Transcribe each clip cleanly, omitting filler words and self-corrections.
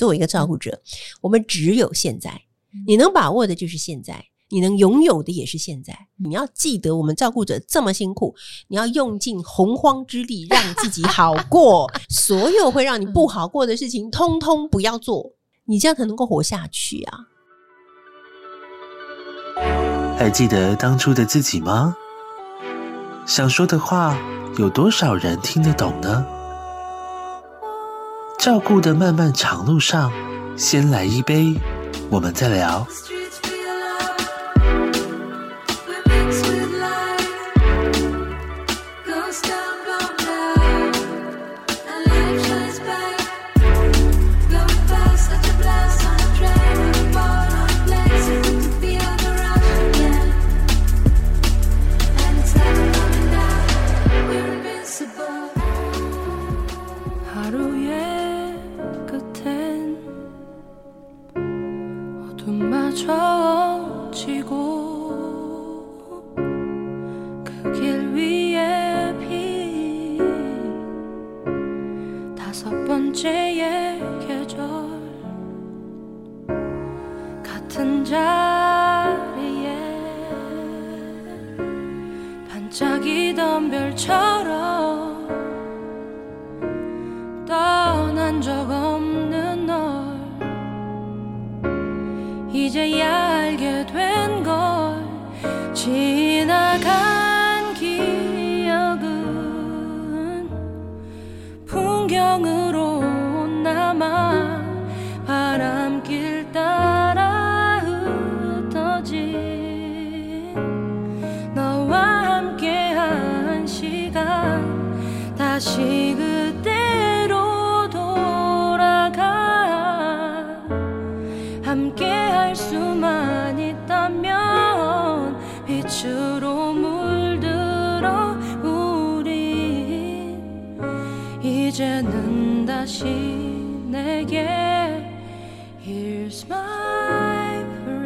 作为一个照顾者，我们只有现在，你能把握的就是现在，你能拥有的也是现在。你要记得我们照顾者这么辛苦，你要用尽洪荒之力让自己好过所有会让你不好过的事情通通不要做，你这样才能够活下去啊。 还记得当初的自己吗？想说的话有多少人听得懂呢？照顾的漫漫长路上，先来一杯，我们再聊。 같은 자리에 반짝이던 별처럼 떠난 적 없는 널 이제야 알게 된 걸 지나간 기억은 풍경으로 남아 바람길 따라 흩어진 너와 함께한 시간 다시 그때로 돌아가 함께할 수만 있다면 빛으로 물들어 우린 이제는 다시 내게 Here's my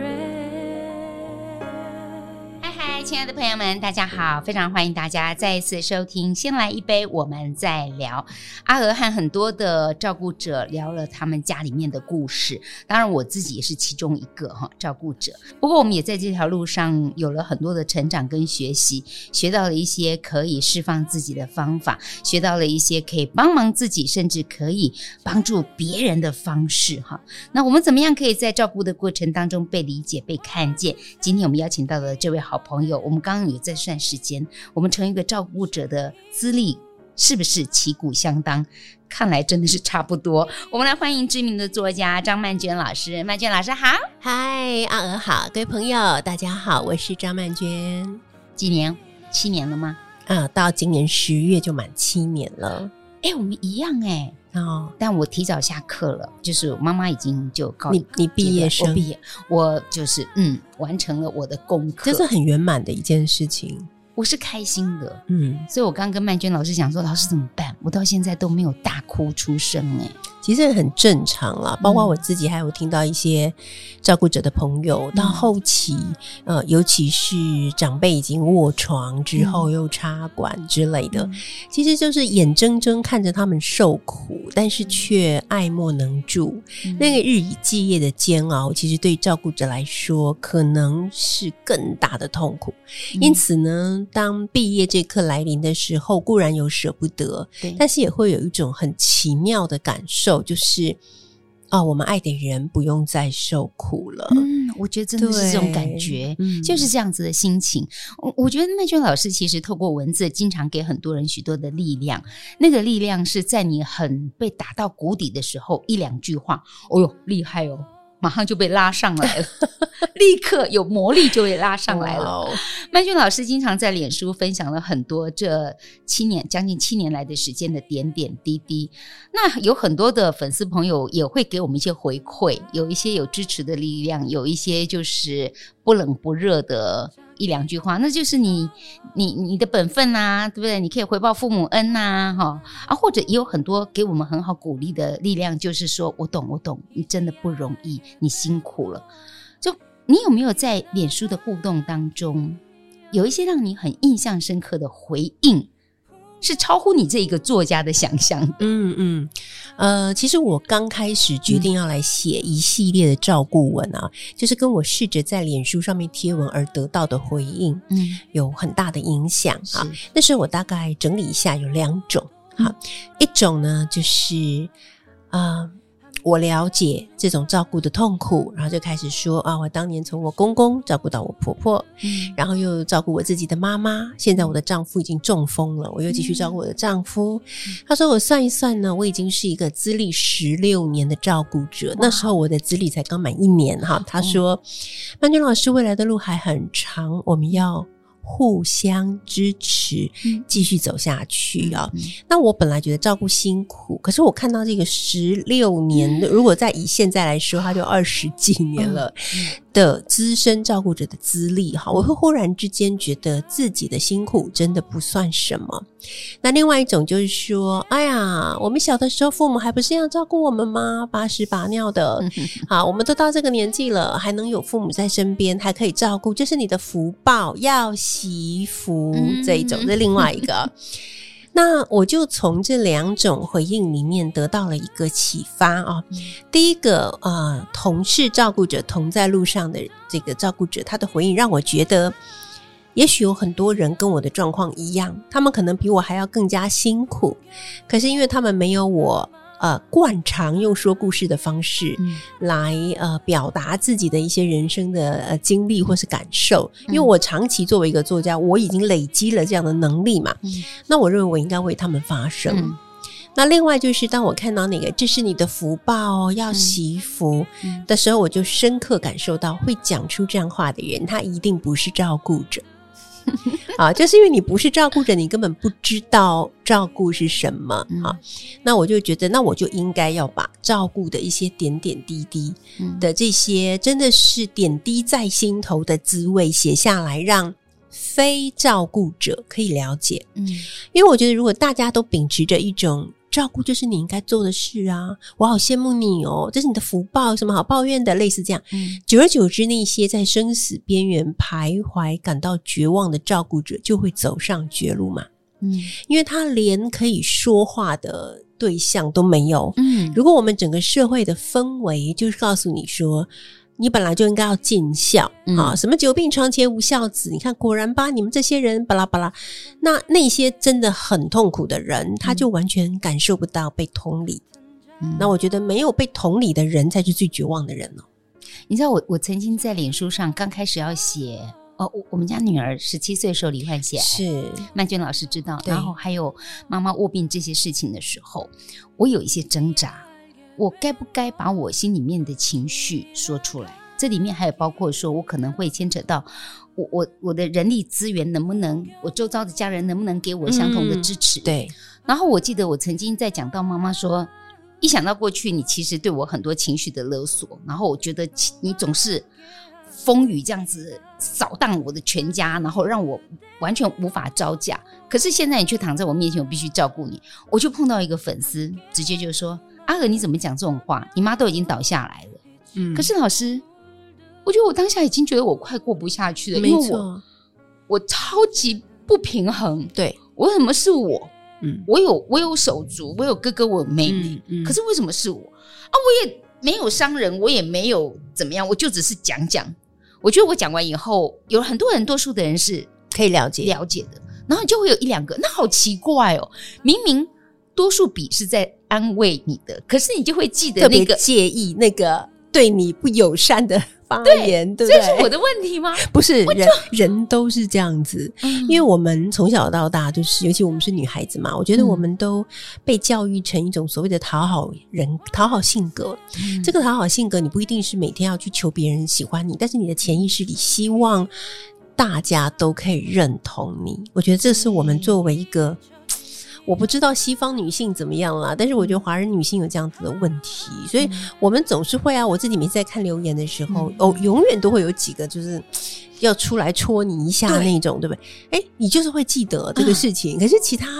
parade。 嗨，亲爱的朋友们，大家好，非常欢迎大家再一次收听先来一杯我们再聊。阿娥和很多的照顾者聊了他们家里面的故事，当然我自己也是其中一个照顾者。不过我们也在这条路上有了很多的成长跟学习，学到了一些可以释放自己的方法，学到了一些可以帮忙自己甚至可以帮助别人的方式。那我们怎么样可以在照顾的过程当中被理解被看见？今天我们邀请到的这位好朋友，我们刚刚有在算时间，我们成为一个照顾者的资历是不是旗鼓相当？看来真的是差不多。我们来欢迎知名的作家张曼娟老师。曼娟老师好。 嗨，阿娥好，各位朋友大家好，我是张曼娟。 几年？7年了吗？ 到今年10月就满7年了。 我们一样但我提早下课了，就是我妈妈已经就告你毕业生， 我毕业，我就是完成了我的功课， 这是很圆满的一件事情。 我是开心的，所以我刚跟曼娟老师讲说，老师怎么办？我到现在都没有大哭出声其实很正常啦，包括我自己还有听到一些照顾者的朋友，到后期尤其是长辈已经卧床之后又插管之类的，其实就是眼睁睁看着他们受苦，但是却爱莫能助，那个日以继夜的煎熬，其实对照顾者来说可能是更大的痛苦。因此呢，当毕业这刻来临的时候，固然有舍不得，但是也会有一种很奇妙的感受，就是我们爱的人不用再受苦了。 我觉得真的是这种感觉，就是这样子的心情。我觉得曼娟老师其实透过文字经常给很多人许多的力量，那个力量是在你很被打到谷底的时候1-2句话，厉害马上就被拉上来了立刻有魔力就被拉上来了。曼娟老师经常在脸书分享了很多这将近7年来的时间的点点滴滴，那有很多的粉丝朋友也会给我们一些回馈，有一些有支持的力量，有一些就是不冷不热的1-2句话，那就是你的本分啊，对不对？你可以回报父母恩啊，或者也有很多给我们很好鼓励的力量，就是说我懂，你真的不容易，你辛苦了。就你有没有在脸书的互动当中，有一些让你很印象深刻的回应， 是超乎你这一个作家的想象的。 其实我刚开始决定要来写一系列的照顾文啊，就是跟我试着在脸书上面贴文而得到的回应，有很大的影响啊。那时候我大概整理一下，有2种。好，一种呢就是我了解这种照顾的痛苦，然后就开始说我当年从我公公照顾到我婆婆，然后又照顾我自己的妈妈，现在我的丈夫已经中风了，我又继续照顾我的丈夫。他说我算一算呢，我已经是一个资历16年的照顾者，那时候我的资历才刚满1年哈。他说曼娟老师，未来的路还很长，我们要互相支持，继续走下去啊。那我本来觉得照顾辛苦，可是我看到这个16年，如果再以现在来说，他就20几年了的资深照顾者的资历哈，我会忽然之间觉得自己的辛苦真的不算什么。那另外一种就是说，哎呀，我们小的时候父母还不是这样照顾我们吗？把屎把尿的，好，我们都到这个年纪了，还能有父母在身边，还可以照顾，这是你的福报，要惜福，这一种是另外一个。那我就从这2种回应里面得到了一个启发啊。第一个同是照顾者，同在路上的这个照顾者，他的回应让我觉得也许有很多人跟我的状况一样，他们可能比我还要更加辛苦，可是因为他们没有我惯常用说故事的方式来表达自己的一些人生的经历或是感受，因为我长期作为一个作家，我已经累积了这样的能力嘛，那我认为我应该为他们发声。那另外就是当我看到那个这是你的福报要惜福的时候，我就深刻感受到会讲出这样话的人，他一定不是照顾者就是因为你不是照顾者，你根本不知道照顾是什么那我就觉得，那我就应该要把照顾的一些点点滴滴的这些真的是点滴在心头的滋味写下来，让非照顾者可以了解。因为我觉得如果大家都秉持着一种照顾就是你应该做的事啊，我好羡慕你哦，这是你的福报，有什么好抱怨的，类似这样久而久之，那些在生死边缘徘徊感到绝望的照顾者就会走上绝路嘛。因为他连可以说话的对象都没有。如果我们整个社会的氛围就是告诉你说你本来就应该要尽孝什么久病床前无孝子，你看果然吧，你们这些人巴拉巴拉，那些真的很痛苦的人他就完全感受不到被同理。那我觉得没有被同理的人才是最绝望的人你知道我曾经在脸书上刚开始要写我们家女儿17岁的时候罹患血癌，是曼娟老师知道，然后还有妈妈卧病这些事情的时候，我有一些挣扎，我该不该把我心里面的情绪说出来，这里面还有包括说我可能会牵扯到我的人力资源能不能，我周遭的家人能不能给我相同的支持。对，然后我记得我曾经在讲到妈妈说，一想到过去你其实对我很多情绪的勒索，然后我觉得你总是风雨这样子扫荡我的全家，然后让我完全无法招架，可是现在你却躺在我面前，我必须照顾你。我就碰到一个粉丝直接就说，阿娥你怎么讲这种话，你妈都已经倒下来了。可是老师，我觉得我当下已经觉得我快过不下去了，因为我超级不平衡。对，为什么是我？我有手足，我有哥哥，我有妹妹，可是为什么是我我也没有伤人，我也没有怎么样，我就只是讲讲。我觉得我讲完以后，有很多人，多数的人是可以了解的，然后就会有1-2个，那好奇怪哦，明明多数比是在安慰你的，可是你就会记得那个特别介意那个对你不友善的发言， 对不对？这是我的问题吗？不是，人都是这样子，因为我们从小到大就是，尤其我们是女孩子嘛，我觉得我们都被教育成一种所谓的讨好人、讨好性格。这个讨好性格，你不一定是每天要去求别人喜欢你，但是你的潜意识里希望大家都可以认同你。我觉得这是我们作为一个，我不知道西方女性怎么样啦，但是我觉得华人女性有这样子的问题，所以我们总是会我自己每次在看留言的时候永远都会有几个就是要出来戳你一下那种， 对不对？你就是会记得这个事情，可是其他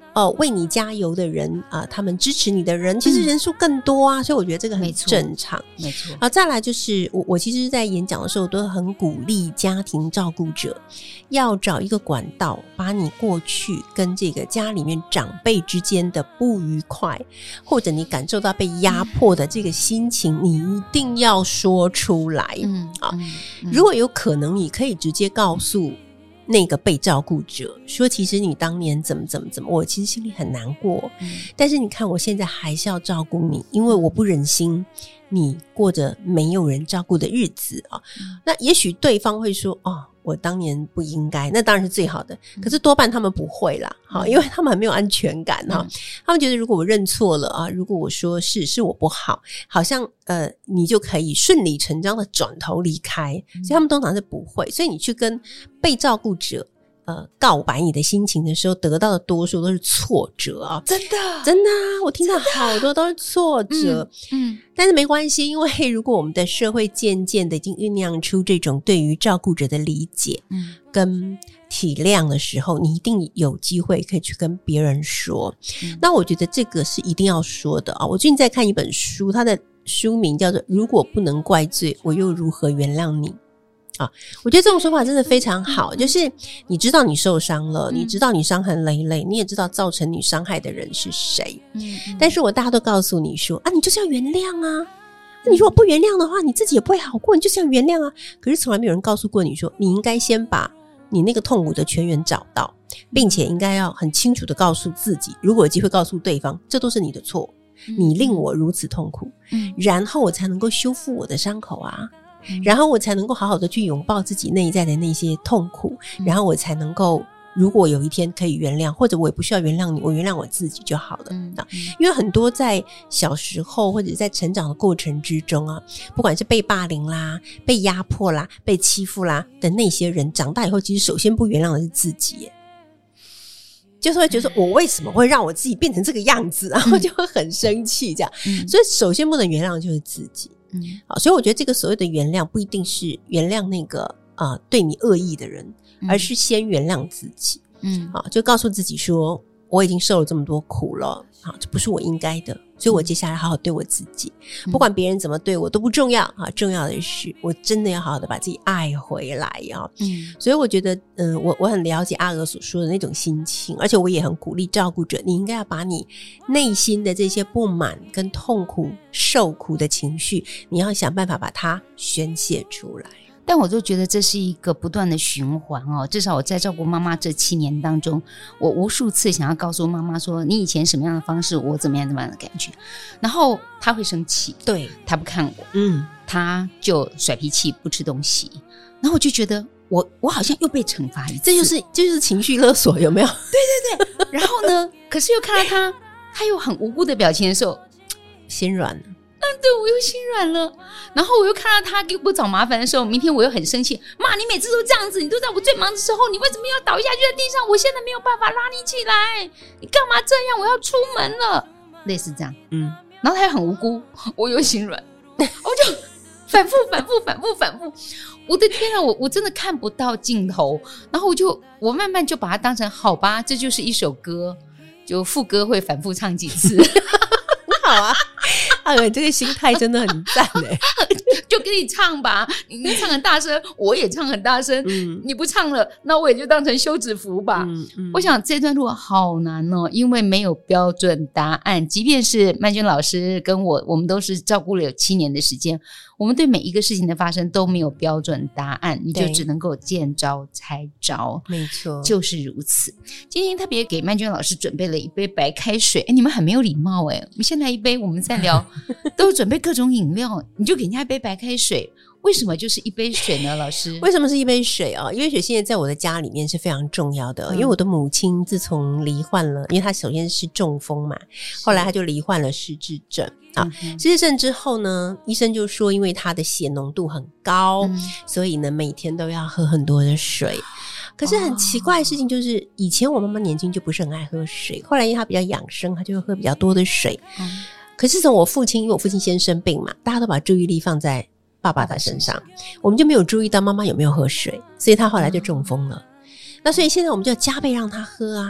为你加油的人他们支持你的人其实人数更多啊，所以我觉得这个很正常。 没错。 再来就是我其实在演讲的时候都很鼓励家庭照顾者要找一个管道，把你过去跟这个家里面长辈之间的不愉快，或者你感受到被压迫的这个心情，你一定要说出来。如果有可能，你可以直接告诉那个被照顾者说，其实你当年怎么，我其实心里很难过，但是你看我现在还是要照顾你，因为我不忍心你过着没有人照顾的日子啊。那也许对方会说我当年不应该，那当然是最好的，可是多半他们不会啦，因为他们很没有安全感他们觉得如果我认错了如果我说是我不好，好像你就可以顺理成章的转头离开，所以他们通常是不会。所以你去跟被照顾者告白你的心情的时候，得到的多数都是挫折真的我听到好多都是挫折但是没关系，因为如果我们的社会渐渐的已经酝酿出这种对于照顾者的理解跟体谅的时候，你一定有机会可以去跟别人说那我觉得这个是一定要说的我最近在看一本书，它的书名叫做《如果不能怪罪，我又如何原谅你》我觉得这种说法真的非常好，就是你知道你受伤了你知道你伤痕累累，你也知道造成你伤害的人是谁但是大家都告诉你说你就是要原谅你如果不原谅的话，你自己也不会好过，你就是要原谅可是从来没有人告诉过你说，你应该先把你那个痛苦的泉源找到，并且应该要很清楚的告诉自己，如果有机会告诉对方，这都是你的错你令我如此痛苦然后我才能够修复我的伤口然后我才能够好好的去拥抱自己内在的那些痛苦然后我才能够如果有一天可以原谅，或者我也不需要原谅你，我原谅我自己就好了因为很多在小时候或者在成长的过程之中不管是被霸凌啦被压迫啦被欺负啦的那些人，长大以后其实首先不原谅的是自己就是会觉得我为什么会让我自己变成这个样子，然后就会很生气这样所以首先不能原谅的就是自己所以我觉得这个所谓的原谅不一定是原谅那个对你恶意的人而是先原谅自己就告诉自己说，我已经受了这么多苦了这不是我应该的，所以我接下来好好对我自己不管别人怎么对我都不重要重要的是我真的要好好的把自己爱回来所以我觉得我很了解阿娥所说的那种心情，而且我也很鼓励照顾者，你应该要把你内心的这些不满跟痛苦受苦的情绪，你要想办法把它宣泄出来。 但我就觉得这是一个不断的循环至少我在照顾妈妈这7年当中，我无数次想要告诉妈妈说，你以前什么样的方式，我怎么样的感觉，然后她会生气，对，她不看我她就甩脾气不吃东西，然后我就觉得我好像又被惩罚一次， 这就是情绪勒索，有没有？ 对然后呢可是又看到她又很无辜的表情的时候， 心软了对，我又心软了，然后我又看到他给我找麻烦的时候，明天我又很生气，妈，你每次都这样子，你都在我最忙的时候，你为什么要倒下去在地上，我现在没有办法拉你起来，你干嘛这样，我要出门了，类似这样然后他又很无辜，我又心软我就反复，我的天啊，我真的看不到尽头，然后我慢慢就把它当成好吧，这就是一首歌，就副歌会反复唱几次好啊你这个心态真的很赞就给你唱吧，你唱很大声，我也唱很大声你不唱了，那我也就当成休止符吧我想这段路好难因为没有标准答案，即便是曼娟老师跟我们都是照顾了有7年的时间，我们对每一个事情的发生都没有标准答案，你就只能够见招拆招， 没错， 就是如此。今天特别给曼娟老师准备了一杯白开水，你们很没有礼貌我们现在一杯我们在聊都准备各种饮料，你就给人家一杯白开水，为什么就是一杯水呢？老师， 为什么是一杯水因为水现在在我的家里面是非常重要的因为我的母亲自从罹患了，因为她首先是中风嘛，后来她就罹患了失智症失智症之后呢，医生就说因为她的血浓度很高所以呢每天都要喝很多的水。可是很奇怪的事情就是以前我妈妈年轻就不是很爱喝水，后来因为她比较养生，她就会喝比较多的水可是从我父亲，因为我父亲先生病嘛，大家都把注意力放在爸爸的身上，我们就没有注意到妈妈有没有喝水，所以他后来就中风了那所以现在我们就要加倍让他喝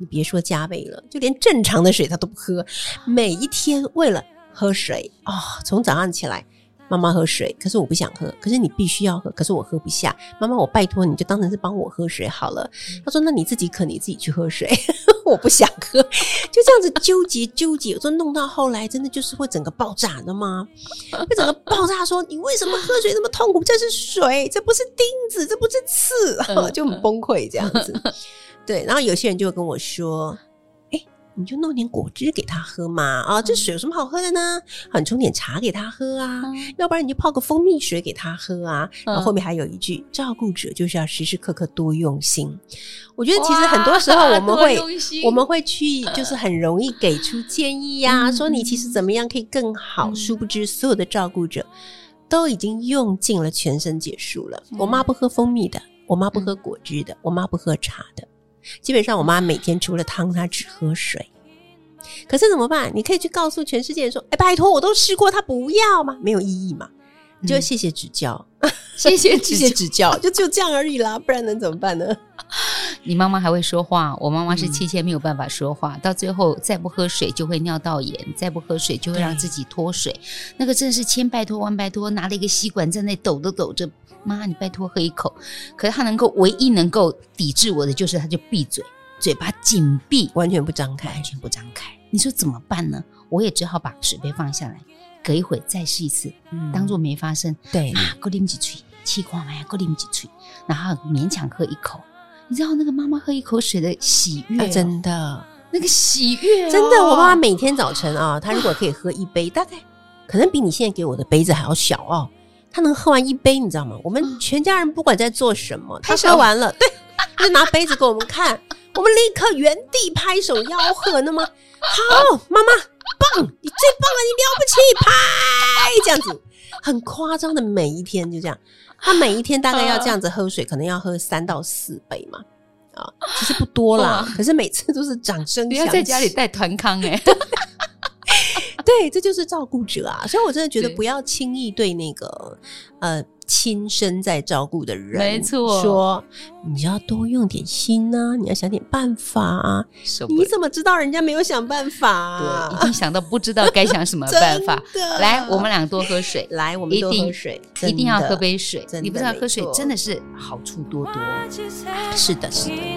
你别说加倍了，就连正常的水他都不喝，每一天为了喝水从早上起来，妈妈喝水，可是我不想喝，可是你必须要喝，可是我喝不下，妈妈我拜托你就当成是帮我喝水好了。他说那你自己渴你自己去喝水我不想喝，就这样子纠结，我说弄到后来真的就是会整个爆炸的吗？会整个爆炸说你为什么喝水那么痛苦，这是水，这不是钉子，这不是刺就很崩溃这样子对，然后有些人就会跟我说你就弄点果汁给他喝嘛这水有什么好喝的呢你冲点茶给他喝啊要不然你就泡个蜂蜜水给他喝啊然后后面还有一句照顾者就是要时时刻刻多用心。我觉得其实很多时候我们会去就是很容易给出建议说你其实怎么样可以更好殊不知所有的照顾者都已经用尽了全身解数了我妈不喝蜂蜜的，我妈不喝果汁的，我妈不喝茶的，基本上我妈每天除了汤她只喝水。可是怎么办？你可以去告诉全世界人说拜托我都试过她不要吗？没有意义嘛，你就谢谢指教谢谢指教就这样而已啦，不然能怎么办呢？ 你妈妈还会说话，我妈妈是切切没有办法说话到最后再不喝水就会尿道炎，再不喝水就会让自己脱水，那个真的是千拜托万拜托，拿了一个吸管在那抖着妈你拜托喝一口。可是她唯一能够抵制我的就是她就闭嘴，嘴巴紧闭， 完全不张开。 你说怎么办呢？我也只好把水杯放下来，隔一会再试一次当作没发生。 对再啉一嘴气看嘛，再啉一嘴，然后勉强喝一口。你知道那个妈妈喝一口水的喜悦真的那个喜悦真的我妈妈每天早晨她如果可以喝一杯大概可能比你现在给我的杯子还要小她能喝完一杯你知道吗？我们全家人不管在做什么她喝完了对就拿杯子给我们看我们立刻原地拍手吆喝那么好妈妈棒你最棒了你了不起拍这样子很夸张的每一天就这样她每一天大概要这样子喝水可能要喝3到4杯嘛其实不多啦可是每次都是掌声响起， 不要在家里带团康对这就是照顾者所以我真的觉得不要轻易对那个亲身在照顾的人没错说你要多用点心你要想点办法你怎么知道人家没有想办法对，已经想到不知道该想什么办法来我们俩多喝水， 来我们多喝水一定要喝杯水，你不知道喝水真的是好处多多是的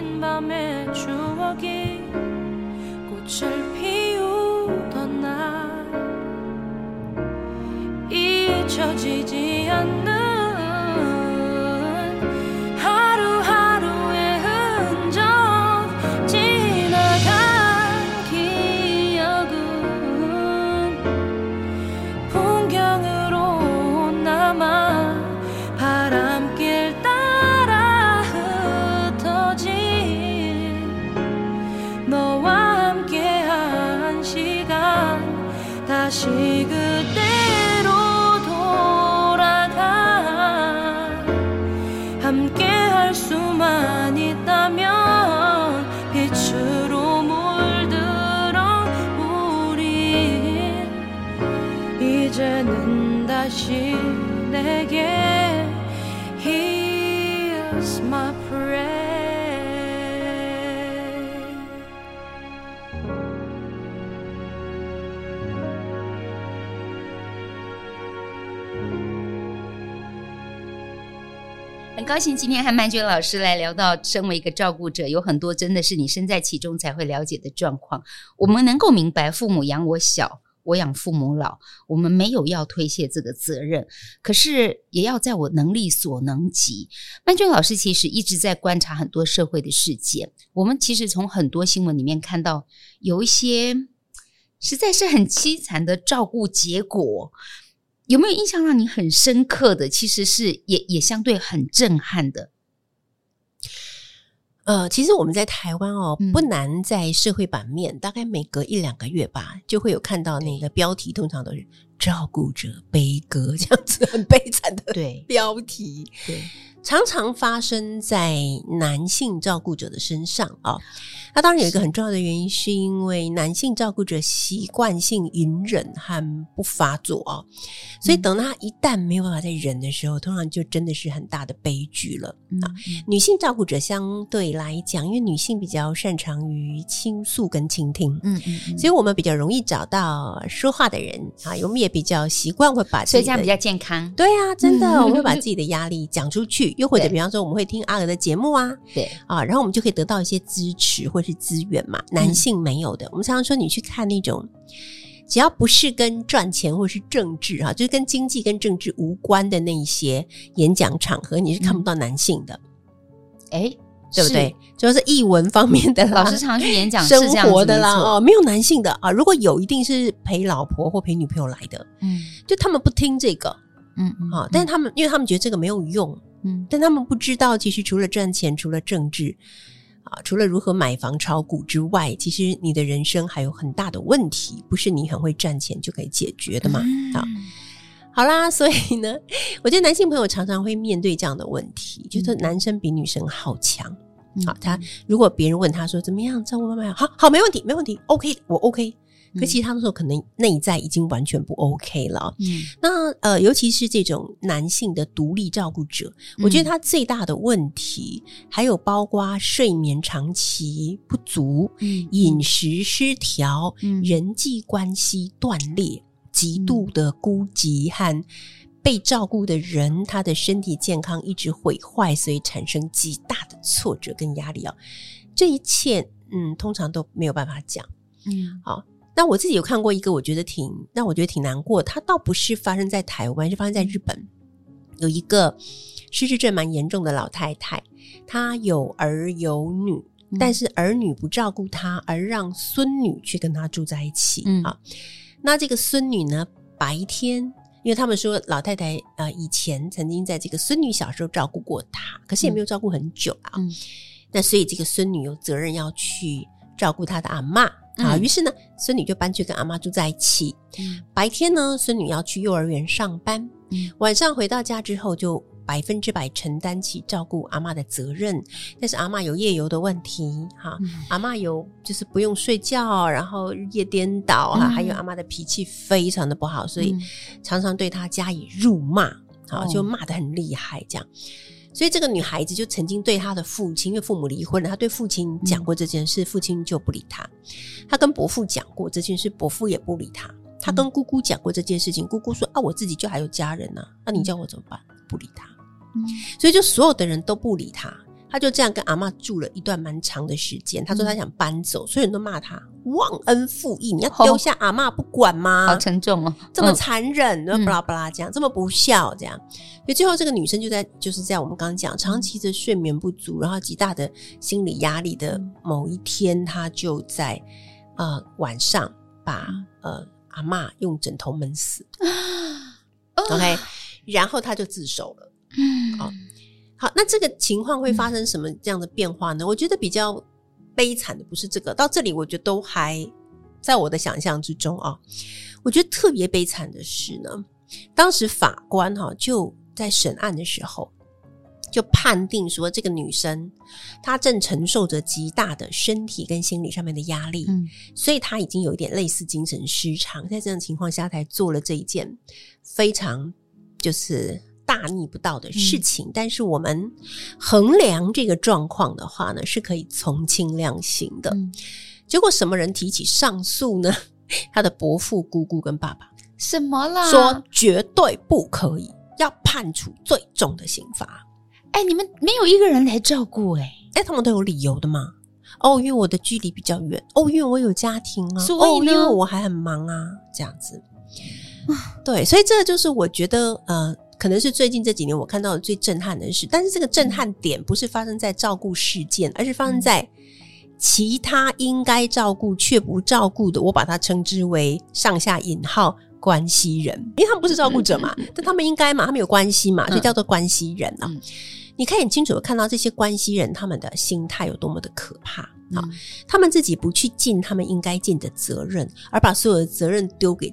잊혀지지 않는 하루하루의 흔적 지나간 기억은 풍경으로 남아 바람길 따라 흩어진 너와 함께한 시간 다시 그때로 함께 할 수만 있다면 빛으로 물들어 우린 이제는 다시 내게 Here's my prayer 很高兴今天和曼娟老师来聊到身为一个照顾者有很多真的是你身在其中才会了解的状况，我们能够明白父母养我小我养父母老，我们没有要推卸这个责任，可是也要在我能力所能及。曼娟老师其实一直在观察很多社会的事件，我们其实从很多新闻里面看到有一些实在是很凄惨的照顾结果，有没有印象让你很深刻的，其实是也相对很震撼的？ 其实我们在台湾不难在社会版面大概每隔1-2个月吧就会有看到那个标题，通常都是照顾者悲歌，这样子很悲惨的对标题， 对， 常常发生在男性照顾者的身上啊。那当然有一个很重要的原因，是因为男性照顾者习惯性隐忍和不发作啊，所以等他一旦没有办法再忍的时候，通常就真的是很大的悲剧了啊。女性照顾者相对来讲，因为女性比较擅长于倾诉跟倾听，所以我们比较容易找到说话的人啊，我们也比较习惯会把自己的， 所以这样比较健康。 对啊，真的，我们会把自己的压力讲出去，又或者比方说我们会听阿娥的节目啊， 对啊，然后我们就可以得到一些支持或是资源嘛，男性没有的。我们常常说你去看那种只要不是跟赚钱或是政治啊，就是跟经济跟政治无关的那一些演讲场合，你是看不到男性的。对不对？主要是艺文方面的啦， 老师常去演讲生活的啦，没有男性的啊。如果有，一定是陪老婆或陪女朋友来的。就他们不听这个，但是他们因为他们觉得这个没有用，但他们不知道，其实除了赚钱，除了政治啊，除了如何买房炒股之外，其实你的人生还有很大的问题，不是你很会赚钱就可以解决的嘛。好啦，所以呢，我觉得男性朋友常常会面对这样的问题，就是男生比女生好强。好，他如果别人问他说怎么样照顾妈妈，好，没问题 OK， 我 OK。可其实他那时候可能内在已经完全不 OK 了。那尤其是这种男性的独立照顾者，我觉得他最大的问题还有包括睡眠长期不足，饮食失调，人际关系断裂，极度的孤寂和被照顾的人他的身体健康一直毁坏，所以产生极大的挫折跟压力啊。这一切通常都没有办法讲。好，那我自己有看过一个我觉得挺难过，它倒不是发生在台湾，是发生在日本。有一个失智症蛮严重的老太太，她有儿有女，但是儿女不照顾她，而让孙女去跟她住在一起。那这个孙女呢，白天因为他们说老太太以前曾经在这个孙女小时候照顾过她，可是也没有照顾很久啊。那所以这个孙女有责任要去照顾她的阿嬷啊，于是呢，孙女就搬去跟阿嬷住在一起。白天呢，孙女要去幼儿园上班，晚上回到家之后就100%承担起照顾阿嬷的责任。但是阿嬷有夜游的问题哈，阿嬷有就是不用睡觉，然后日夜颠倒哈，还有阿嬷的脾气非常的不好，所以常常对她加以辱骂，就骂得很厉害这样。所以这个女孩子就曾经对她的父亲，因为父母离婚了，她对父亲讲过这件事，父亲就不理她。她跟伯父讲过这件事，伯父也不理她。她跟姑姑讲过这件事情，姑姑说我自己就还有家人啊，那你叫我怎么办？不理她。所以就所有的人都不理她，她就这样跟阿嬷住了一段蛮长的时间。她说她想搬走，所有人都骂她忘恩负义，你要丢下阿嬷不管吗？ 好沉重哦， 这么残忍，巴拉巴拉这样，这么不孝这样。所以最后这个女生就是在我们刚刚讲长期的睡眠不足，然后极大的心理压力的某一天，她就在晚上把阿嬷用枕头闷死。OK， 然后她就自首了。好，那这个情况会发生什么这样的变化呢？我觉得比较悲惨的不是这个，到这里我觉得都还在我的想象之中啊。我觉得特别悲惨的是呢，当时法官就在审案的时候就判定说，这个女生她正承受着极大的身体跟心理上面的压力，所以她已经有一点类似精神失常，在这样的情况下才做了这一件非常就是大逆不道的事情。但是我们衡量这个状况的话呢，是可以从轻量刑的。结果什么人提起上诉呢？他的伯父、姑姑跟爸爸。 什么啦？ 说绝对不可以，要判处最重的刑罚。 你们没有一个人来照顾他们都有理由的嘛。因为我的距离比较远，因为我有家庭啊， 所以呢， 因为我还很忙啊，这样子。对，所以这就是我觉得可能是最近这几年我看到的最震撼的事。但是这个震撼点不是发生在照顾事件，而是发生在其他应该照顾却不照顾的，我把它称之为上下引号关系人，因为他们不是照顾者嘛，但他们应该嘛，他们有关系嘛，所以叫做关系人啊。你可以很清楚的看到这些关系人他们的心态有多么的可怕。他们自己不去尽他们应该尽的责任，而把所有的责任丢给这个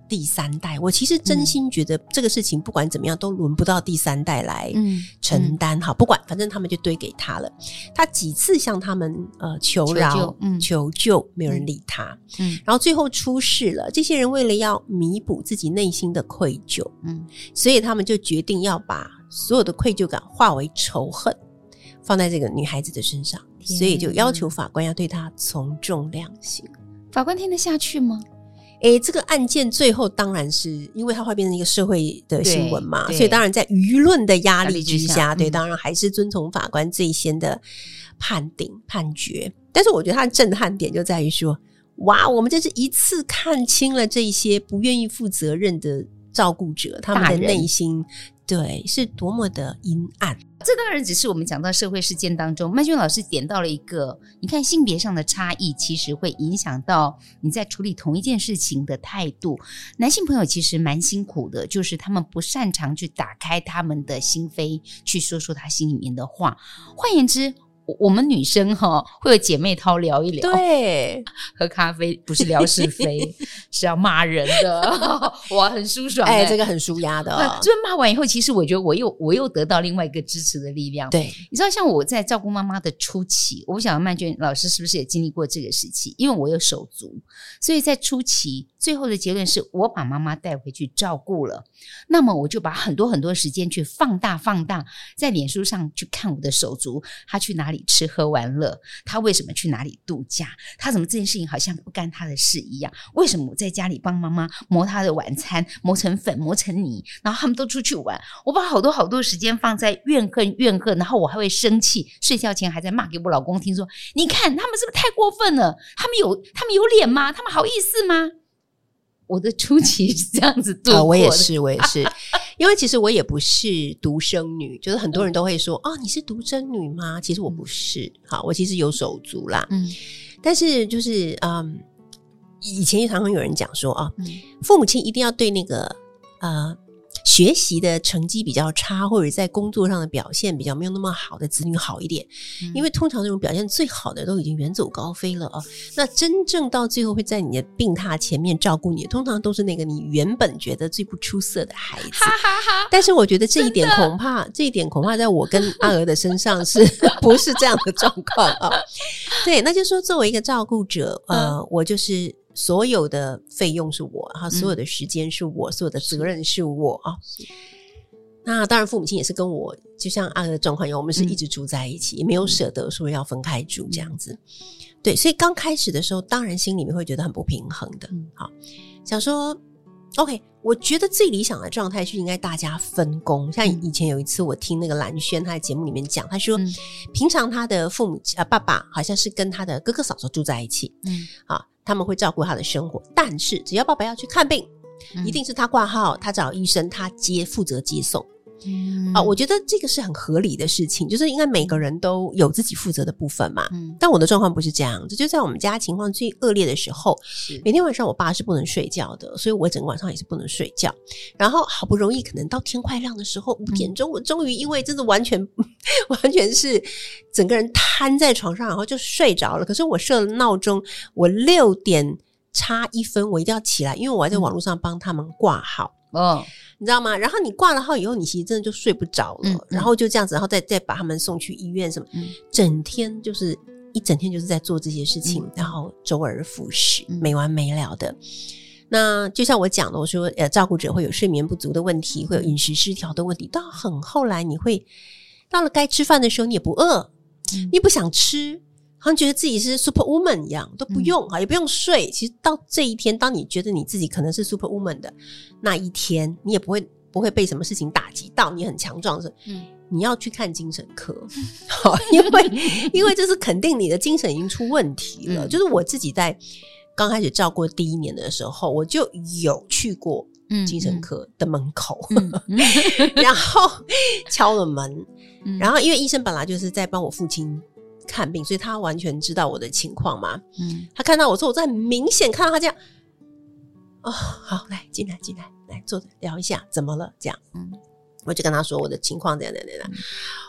第三代，我其实真心觉得这个事情不管怎么样都轮不到第三代来承担。好，不管反正他们就堆给他了。他几次向他们求饶求救，没有人理他。然后最后出事了，这些人为了要弥补自己内心的愧疚，所以他们就决定要把所有的愧疚感化为仇恨，放在这个女孩子的身上，所以就要求法官要对她从重量刑。 法官听得下去吗？ 这个案件最后当然是因为它会变成一个社会的新闻嘛，所以当然在舆论的压力之下，对，当然还是遵从法官最先的判决。但是我觉得它的震撼点就在于说，哇，我们这是一次看清了这些不愿意负责任的照顾者他们的内心，对，是多么的阴暗。 这当然只是我们讲到社会事件当中，曼娟老师点到了一个，你看性别上的差异其实会影响到你在处理同一件事情的态度。男性朋友其实蛮辛苦的，就是他们不擅长去打开他们的心扉，去说说他心里面的话。换言之，我们女生会有姐妹淘聊一聊，对，喝咖啡不是聊是非是要骂人的哇，很舒爽这个很舒压的这骂完以后，其实我觉得我又得到另外一个支持的力量。 对， 你知道像我在照顾妈妈的初期，我不晓得曼娟老师是不是也经历过这个时期，因为我有手足，所以在初期最后的结论是我把妈妈带回去照顾了，那么我就把很多很多时间去放大在脸书上去看我的手足，他去哪里吃喝玩乐，他为什么去哪里度假，他怎么这件事情好像不干他的事一样，为什么我在家里帮妈妈磨他的晚餐，磨成粉磨成泥，然后他们都出去玩，我把好多时间放在怨恨，然后我还会生气，睡觉前还在骂给我老公听说，你看他们是不是太过分了，他们有脸吗，他们好意思吗？我的初期是这样子度过的。我也是因为其实我也不是独生女，就是很多人都会说你是独生女吗？其实我不是，好，我其实有手足啦。但是就是以前常常有人讲说父母亲一定要对那个学习的成绩比较差，或者在工作上的表现比较没有那么好的子女好一点，因为通常这种表现最好的都已经远走高飞了那真正到最后会在你的病榻前面照顾你，通常都是那个你原本觉得最不出色的孩子。但是我觉得这一点恐怕在我跟阿娥的身上是不是这样的状况对，那就是说作为一个照顾者我就是所有的费用是我，所有的时间是我，所有的责任是我那当然父母亲也是跟我就像阿娥的状况一样，我们是一直住在一起，也没有舍得说要分开住这样子。对，所以刚开始的时候当然心里面会觉得很不平衡的好，想说 OK， 我觉得最理想的状态是应该大家分工。像以前有一次我听那个蓝轩他在节目里面讲，他说平常他的父母爸爸好像是跟他的哥哥嫂嫂住在一起他们会照顾他的生活，但是只要爸爸要去看病一定是他挂号，他找医生，他负责接送我觉得这个是很合理的事情，就是应该每个人都有自己负责的部分嘛但我的状况不是这样，这就在我们家情况最恶劣的时候，每天晚上我爸是不能睡觉的，所以我整个晚上也是不能睡觉，然后好不容易可能到天快亮的时候5点钟我终于因为真的完全是整个人瘫在床上，然后就睡着了，可是我设了闹钟，我6点差1分我一定要起来，因为我还在网络上帮他们挂号你知道吗？然后你挂了号以后你其实真的就睡不着了然后就这样子，然后再把他们送去医院什么整天就是一整天就是在做这些事情然后周而复始没完没了的。那就像我讲的，我说照顾者会有睡眠不足的问题，会有饮食失调的问题，到很后来你会到了该吃饭的时候你也不饿你不想吃，好像觉得自己是 superwoman 一样，都不用也不用睡。其实到这一天，当你觉得你自己可能是 superwoman 的那一天，你也不会被什么事情打击到，你很强壮的你要去看精神科因为这是肯定你的精神已经出问题了就是我自己在刚开始照顾第1年的时候，我就有去过精神科的门口然后敲了门然后因为医生本来就是在帮我父亲看病，所以他完全知道我的情况嘛他看到我说，我在明显看到他这样好，来进来来坐着聊一下怎么了这样我就跟他说我的情况怎样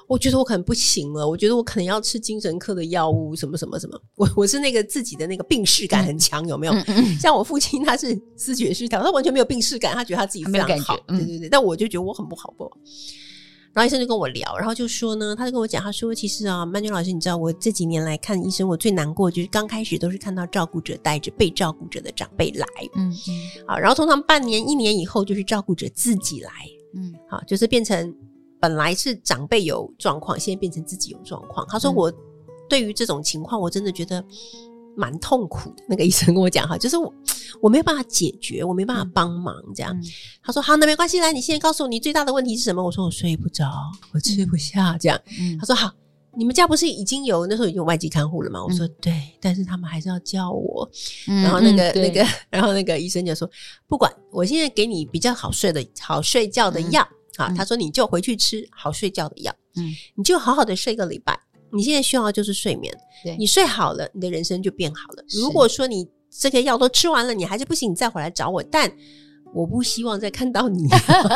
我觉得我可能不行了，我觉得我可能要吃精神科的药物，什么什么什么。我是那个自己的那个病识感很强，有没有？像我父亲他是思觉失调，他完全没有病识感，他觉得他自己非常好，对对对。但我就觉得我很不好。然后医生就跟我聊，然后就说呢，他就跟我讲，他说其实啊，曼娟老师，你知道我这几年来看医生，我最难过就是刚开始都是看到照顾者带着被照顾者的长辈来，好，然后通常半年、1年以后就是照顾者自己来，好，就是变成本来是长辈有状况，现在变成自己有状况。他说我对于这种情况，我真的觉得蛮痛苦的。那个医生跟我讲哈，就是我没有办法解决，我没办法帮忙这样。他说好，那没关系，来，你现在告诉我你最大的问题是什么？我说我睡不着，我吃不下这样。他说好，你们家不是已经有那时候已经有外籍看护了吗？我说对，但是他们还是要叫我。然后然后那个医生就说不管，我现在给你比较好睡觉的药。他说你就回去吃好睡觉的药，你就好好的睡1个礼拜。你现在需要的就是睡眠，你睡好了，你的人生就变好了。如果说你这个药都吃完了，你还是不行，你再回来找我，但我不希望再看到你。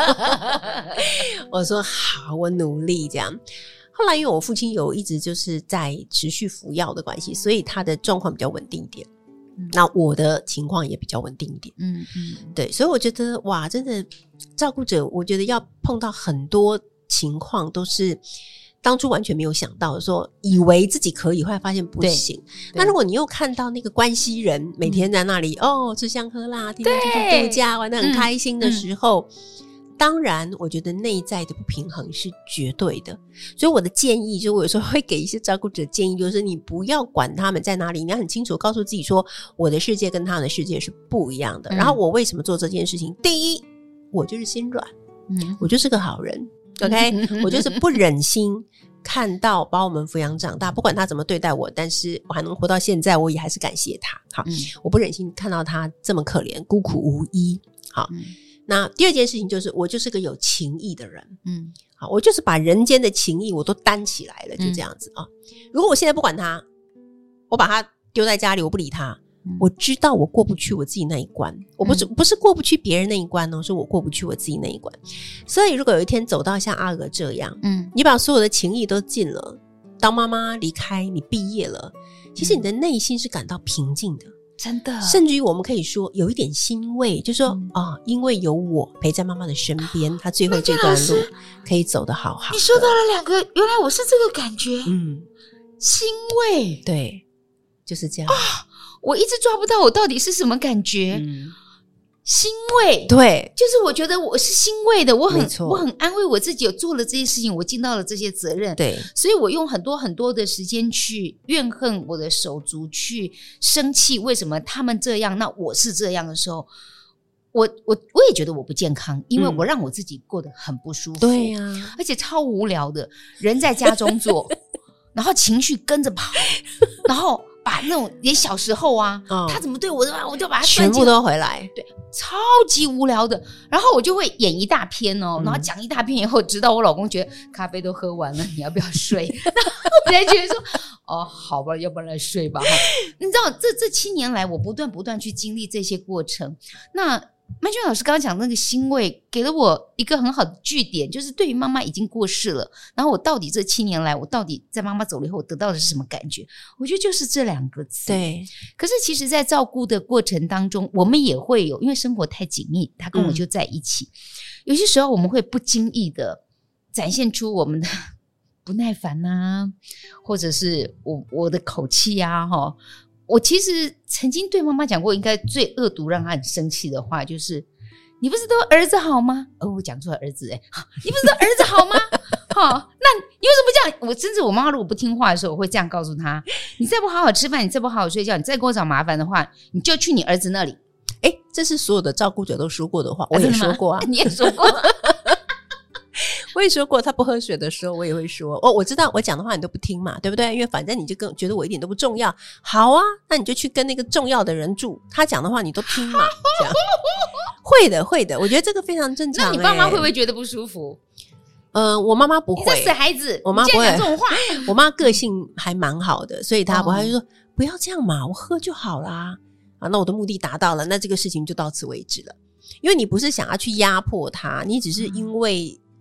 我说好，我努力这样。后来因为我父亲有一直就是在持续服药的关系，所以他的状况比较稳定一点。那我的情况也比较稳定一点，对，所以我觉得哇，真的照顾者，我觉得要碰到很多情况都是当初完全没有想到的，说以为自己可以，后来发现不行。那如果你又看到那个关系人每天在那里吃香喝辣，天天出去度假，玩得很开心的时候，当然我觉得内在的不平衡是绝对的。所以我的建议就是，我有时候会给一些照顾者建议，就是你不要管他们在哪里，你要很清楚告诉自己说，我的世界跟他们的世界是不一样的。然后我为什么做这件事情？第一，我就是心软，我就是个好人 OK 我就是不忍心看到把我们抚养长大，不管他怎么对待我，但是我还能活到现在，我也还是感谢他。好，我不忍心看到他这么可怜，孤苦无依。好，那第二件事情就是我就是个有情义的人，好，我就是把人间的情义我都担起来了，就这样子啊。如果我现在不管他，我把他丢在家里，我不理他，我知道我过不去我自己那一关，我不是过不去别人那一关哦，是我过不去我自己那一关。所以如果有一天走到像阿娥这样，你把所有的情义都尽了，当妈妈离开，你毕业了，其实你的内心是感到平静的。 真的， 甚至于我们可以说有一点欣慰，就是说因为有我陪在妈妈的身边，她最后这段路可以走得好好的。 你说到了2个，原来我是这个感觉，欣慰， 对，就是这样我一直抓不到我到底是什么感觉。欣慰， 对， 就是我觉得我是欣慰的，我很安慰我自己，有做了这些事情，我尽到了这些责任，对，所以我用很多很多的时间去怨恨我的手足，去生气为什么他们这样，那我是这样的时候，我也觉得我不健康，因为我让我自己过得很不舒服，对呀，而且超无聊的，人在家中坐，然后情绪跟着跑，然后把那种连小时候他怎么对我的话，我就把他全部都回来，对， 超级无聊的。然后我就会演一大篇然后讲一大篇以后，直到我老公觉得咖啡都喝完了，你要不要睡？我才觉得说好吧，要不然来睡吧。你知道这7年来，我不断去经历这些过程。那曼娟老师刚刚讲那个欣慰，给了我一个很好的据点，就是对于妈妈已经过世了，然后我到底这7年来，我到底在妈妈走了以后，我得到的是什么感觉？我觉得就是这2个字。对。可是其实在照顾的过程当中，我们也会有，因为生活太紧密，他跟我就在一起，有些时候我们会不经意的展现出我们的不耐烦或者是我的口气我其实曾经对妈妈讲过应该最恶毒让她很生气的话，就是你不是都儿子好吗？我讲出来儿子你不是都儿子好吗？那你为什么不这样？我甚至我妈妈如果不听话的时候，我会这样告诉她，你再不好好吃饭，你再不好好睡觉，你再给我找麻烦的话，你就去你儿子那里。 这是所有的照顾者都说过的话，我也说过你也说过我也说过，他不喝水的时候我也会说我知道我讲的话你都不听嘛，对不对？因为反正你就觉得我一点都不重要，好啊，那你就去跟那个重要的人住，他讲的话你都听嘛，这样会的，我觉得这个非常正常。 那你爸妈会不会觉得不舒服？ 我妈妈不会， 你这死孩子， 我妈不会讲这种话。 我妈个性还蛮好的，所以她不会，就说不要这样嘛，我喝就好啦。那我的目的达到了，那这个事情就到此为止了。因为你不是想要去压迫她，你只是因为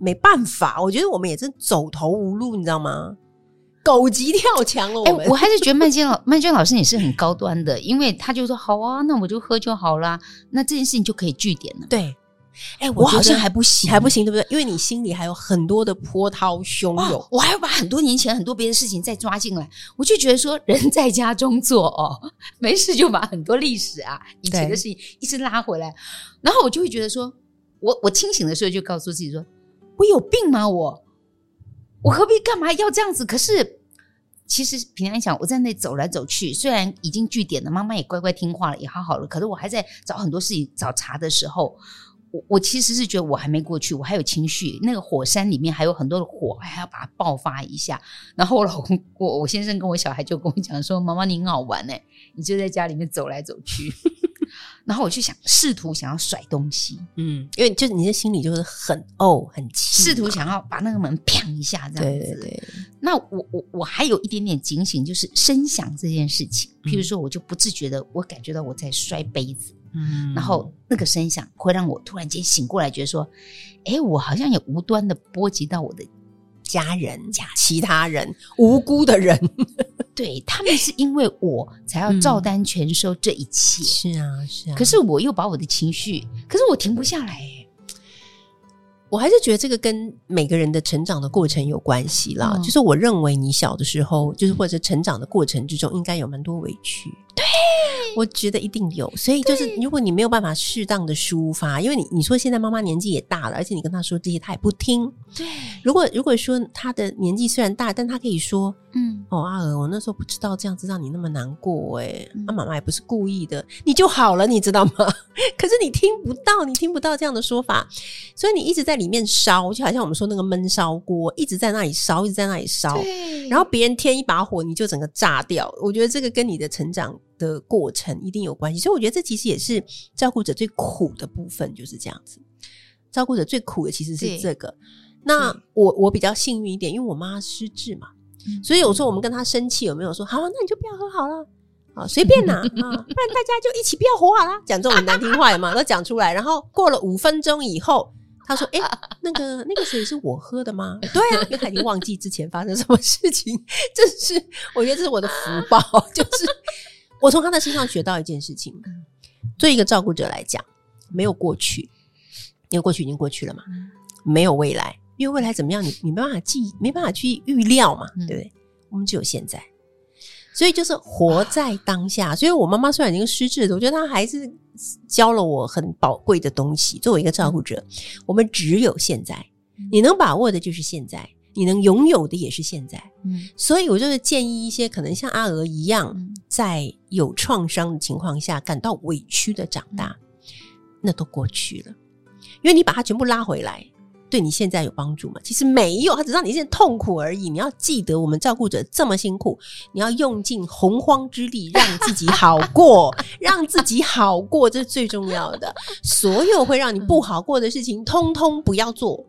没办法，我觉得我们也真走投无路，你知道吗？狗急跳墙了我们。 我还是觉得曼娟老师你是很高端的，因为他就说好啊，那我就喝就好啦，那这件事情就可以据点了。 对， 我好像还不行， 对不对？因为你心里还有很多的波涛汹涌， 我还要把很多年前很多别的事情再抓进来，我就觉得说人在家中坐没事就把很多历史啊以前的事情一直拉回来，然后我就会觉得说我清醒的时候就告诉自己说，我有病吗？我何必干嘛要这样子？可是其实平常想，我在那里走来走去，虽然已经据点了，妈妈也乖乖听话了，也好好了，可是我还在找很多事情找茬的时候，我其实是觉得我还没过去，我还有情绪，那个火山里面还有很多的火，还要把它爆发一下。然后我老公我先生跟我小孩就跟我讲说，妈妈你很好玩你就在家里面走来走去然后我就试图想要甩东西， 因为就是你的心里就是很气， 试图想要把那个门砰一下这样子。对，那我还有一点点警醒，就是声响这件事情，譬如说我就不自觉的我感觉到我在摔杯子，然后那个声响会让我突然间醒过来，觉得说我好像也无端的波及到我的家人其他人无辜的人对，他们是因为我才要照单全收这一切， 是啊， 可是我又把我的情绪，可是我停不下来我还是觉得这个跟每个人的成长的过程有关系啦，就是我认为你小的时候就是或者成长的过程之中应该有蛮多委屈， 对， 我觉得一定有，所以就是如果你没有办法适当的抒发，因为你说现在妈妈年纪也大了，而且你跟她说这些她也不听， 对， 如果说她的年纪虽然大，但她可以说阿娥我那时候不知道这样子让你那么难过妈妈也不是故意的，你就好了，你知道吗？可是你听不到这样的说法，所以你一直在里面烧，就好像我们说那个闷烧锅一直在那里烧，然后别人添一把火你就整个炸掉，我觉得这个跟你的成长的过程一定有关系，所以我觉得这其实也是照顾者最苦的部分，就是这样子，照顾者最苦的其实是这个。那我比较幸运一点，因为我妈失智嘛，所以有时候我们跟她生气，有没有说好那你就不要喝好了，好随便啦不然大家就一起不要活好了，讲这种很难听话嘛，都讲出来，然后过了5分钟以后他说那个水是我喝的吗？对啊，因为他已经忘记之前发生什么事情，这是我觉得这是我的福报，就是我从他的身上学到一件事情，作为一个照顾者来讲，没有过去，因为过去已经过去了嘛，没有未来，因为未来怎么样你没办法去预料嘛，对不对？我们只有现在，所以就是活在当下。所以我妈妈虽然已经失智了，我觉得她还是教了我很宝贵的东西。作为一个照顾者，我们只有现在，你能把握的就是现在，你能拥有的也是现在。所以我就是建议一些可能像阿娥一样，在有创伤的情况下感到委屈的长大，那都过去了，因为你把它全部拉回来，对你现在有帮助吗？其实没有，他只让你现在痛苦而已。你要记得我们照顾者这么辛苦，你要用尽洪荒之力让自己好过让自己好过，这是最重要的。所有会让你不好过的事情通通不要做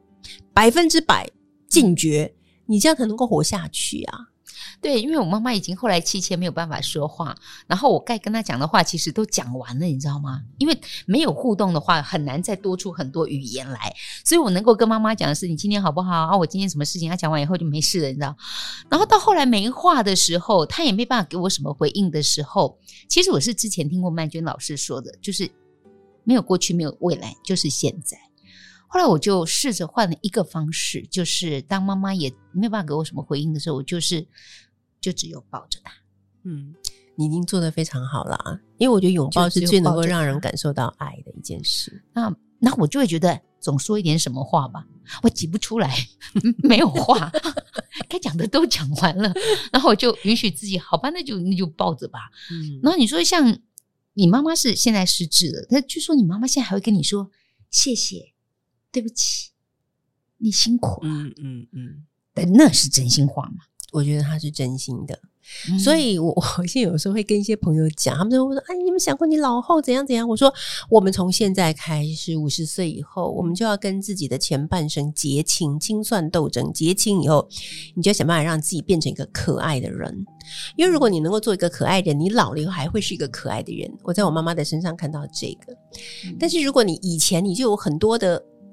，100%禁绝，你这样才能够活下去啊。 对，因为我妈妈已经后来妻妾没有办法说话，然后我该跟她讲的话其实都讲完了，你知道吗？因为没有互动的话很难再多出很多语言来，所以我能够跟妈妈讲的是你今天好不好啊，我今天什么事情，她讲完以后就没事了，你知道。然后到后来没话的时候，她也没办法给我什么回应的时候，其实我是之前听过曼娟老师说的，就是没有过去没有未来，就是现在。后来我就试着换了一个方式，就是当妈妈也没有办法给我什么回应的时候，我就只有抱着她。 你已经做得非常好了，因为我觉得拥抱是最能够让人感受到爱的一件事。 那我就会觉得总说一点什么话吧，我挤不出来没有话该讲的都讲完了，然后我就允许自己好吧，那就抱着吧。然后你说像你妈妈是现在失智了，但据说你妈妈现在还会跟你说谢谢对不起你辛苦了，但那是真心话吗？ 我觉得他是真心的，所以我现在有时候会跟一些朋友讲，他们就会说哎，你有没有想过你老后怎样怎样？我说我们从现在开始50岁以后，我们就要跟自己的前半生结清，清算斗争，结清以后你就要想办法让自己变成一个可爱的人，因为如果你能够做一个可爱的人，你老了以后还会是一个可爱的人。我在我妈妈的身上看到这个，但是如果你以前你就有很多的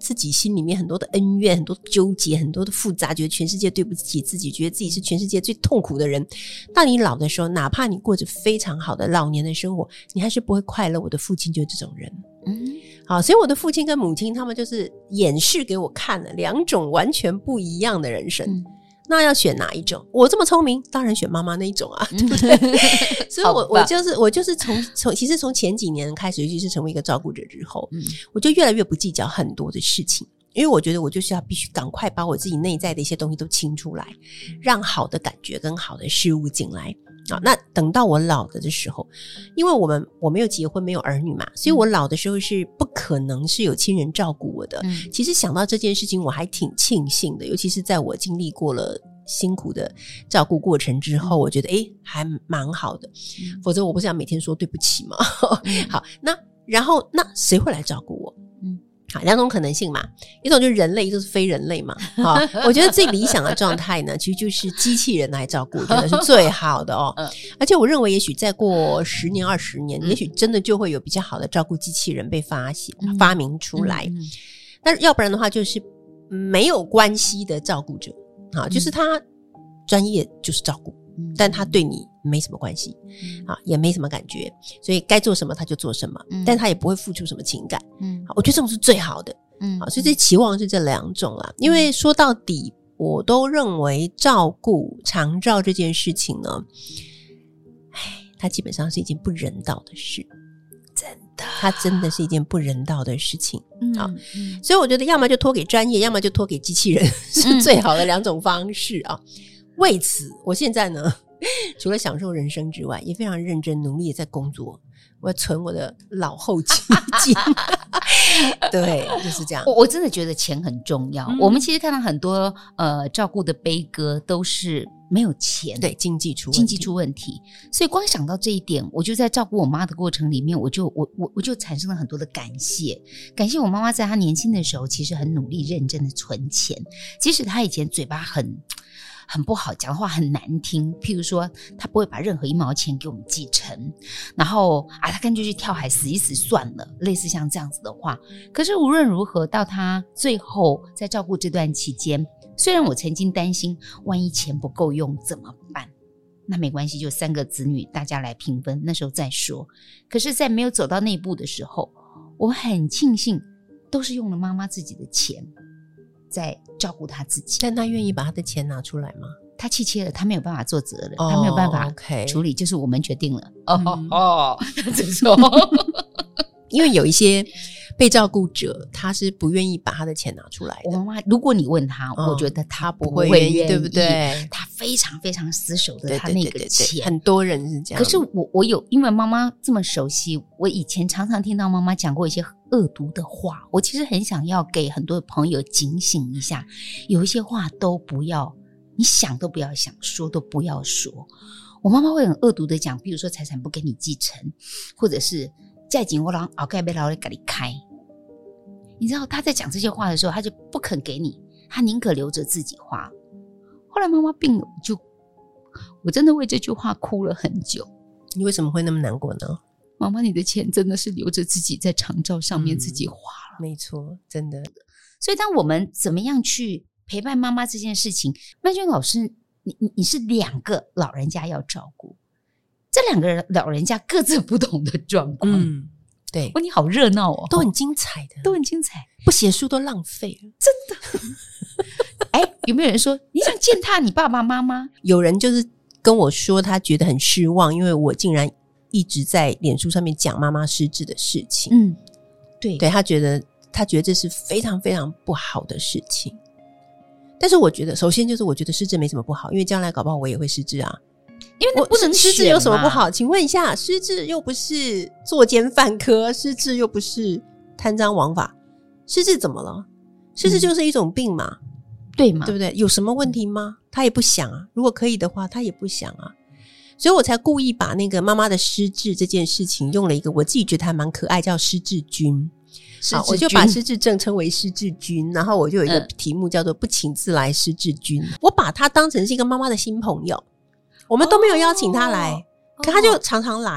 自己心里面很多的恩怨，很多纠结，很多的复杂，觉得全世界对不起自己，觉得自己是全世界最痛苦的人。到你老的时候，哪怕你过着非常好的老年的生活，你还是不会快乐。我的父亲就是这种人。好，所以我的父亲跟母亲他们就是演示给我看了两种完全不一样的人生。那要选哪一种？我这么聪明，当然选妈妈那一种啊，对不对？所以我就是其实从前几年开始，尤其是成为一个照顾者之后，我就越来越不计较很多的事情，因为我觉得我就是要必须赶快把我自己内在的一些东西都清出来，让好的感觉跟好的事物进来。那等到我老的时候，因为我没有结婚，没有儿女嘛，所以我老的时候是不可能是有亲人照顾我的。其实想到这件事情，我还挺庆幸的，尤其是在我经历过了辛苦的照顾过程之后，我觉得还蛮好的。否则我不是要每天说对不起吗？好，然后谁会来照顾我？好，两种可能性嘛，一种就是人类，一种是非人类嘛。好，我觉得最理想的状态呢，其实就是机器人来照顾，我觉得是最好的哦。而且我认为，也许再过10年、20年，也许真的就会有比较好的照顾机器人被发明出来。但是要不然的话，就是没有关系的照顾者，好，就是他专业就是照顾，但他对你没什么关系，也没什么感觉，所以该做什么他就做什么，但他也不会付出什么情感。我觉得这种是最好的。所以这期望是这两种啦。因为说到底，我都认为照顾长照这件事情呢，它基本上是一件不人道的事。真的，它真的是一件不人道的事情。所以我觉得要么就托给专业，要么就托给机器人，是最好的两种方式啊。为此，我现在呢，除了享受人生之外，也非常认真努力的在工作。我要存我的老后基金。对，就是这样。 我真的觉得钱很重要。我们其实看到很多照顾的悲歌都是没有钱， 对，经济出问题。所以光想到这一点，我就在照顾我妈的过程里面，我就产生了很多的感谢我妈妈在她年轻的时候，其实很努力认真的存钱，即使她以前嘴巴很不好，讲话很难听，譬如说他不会把任何1毛钱给我们继承，然后他干脆去跳海死一死算了，类似像这样子的话。可是无论如何，到他最后在照顾这段期间，虽然我曾经担心万一钱不够用怎么办，那没关系，就3个子女大家来平分，那时候再说。可是在没有走到那一步的时候，我很庆幸都是用了妈妈自己的钱在照顾他自己。但他愿意把他的钱拿出来吗？ 他气切了，他没有办法做责任，他没有办法处理，就是我们决定了。这种因为有一些被照顾者，他是不愿意把他的钱拿出来的。 我妈妈，如果你问他，我觉得他不会愿意，对不对？他非常非常死守的他那个钱。 很多人是这样。 可是我有，因为妈妈这么熟悉，我以前常常听到妈妈讲过一些恶毒的话，我其实很想要给很多朋友警醒一下，有一些话都不要，你想都不要想，说都不要说。我妈妈会很恶毒的讲，比如说财产不给你继承，或者是债钱我后盖被老给你开。你知道他在讲这些话的时候，他就不肯给你，他宁可留着自己花。后来妈妈病了，我真的为这句话哭了很久。 你为什么会那么难过呢？ 妈妈，你的钱真的是留着自己在长照上面自己花了。 没错，真的。 所以当我们怎么样去陪伴妈妈这件事情，曼娟老师，你是2个老人家要照顾，这2个老人家各自不同的状况。 对， 你好热闹哦， 都很精彩的， 都很精彩， 不写书都浪费了， 真的。有没有人说你想践踏你爸爸妈妈？ 有人就是跟我说，他觉得很失望，因为我竟然一直在脸书上面讲妈妈失智的事情。对，他觉得这是非常非常不好的事情。但是我觉得，首先就是我觉得失智没什么不好，因为将来搞不好我也会失智啊。 因为不能失智有什么不好？请问一下，失智又不是作奸犯科，失智又不是贪赃枉法，失智怎么了？失智就是一种病嘛， 对吗？ 对不对？有什么问题吗？他也不想啊，如果可以的话，他也不想啊。所以我才故意把那个妈妈的失智这件事情用了一个我自己觉得还蛮可爱，叫失智君。好，我就把失智症称为失智君，然后我就有一个题目叫做不请自来失智君。我把他当成是一个妈妈的新朋友，我们都没有邀请他来，可他就常常来。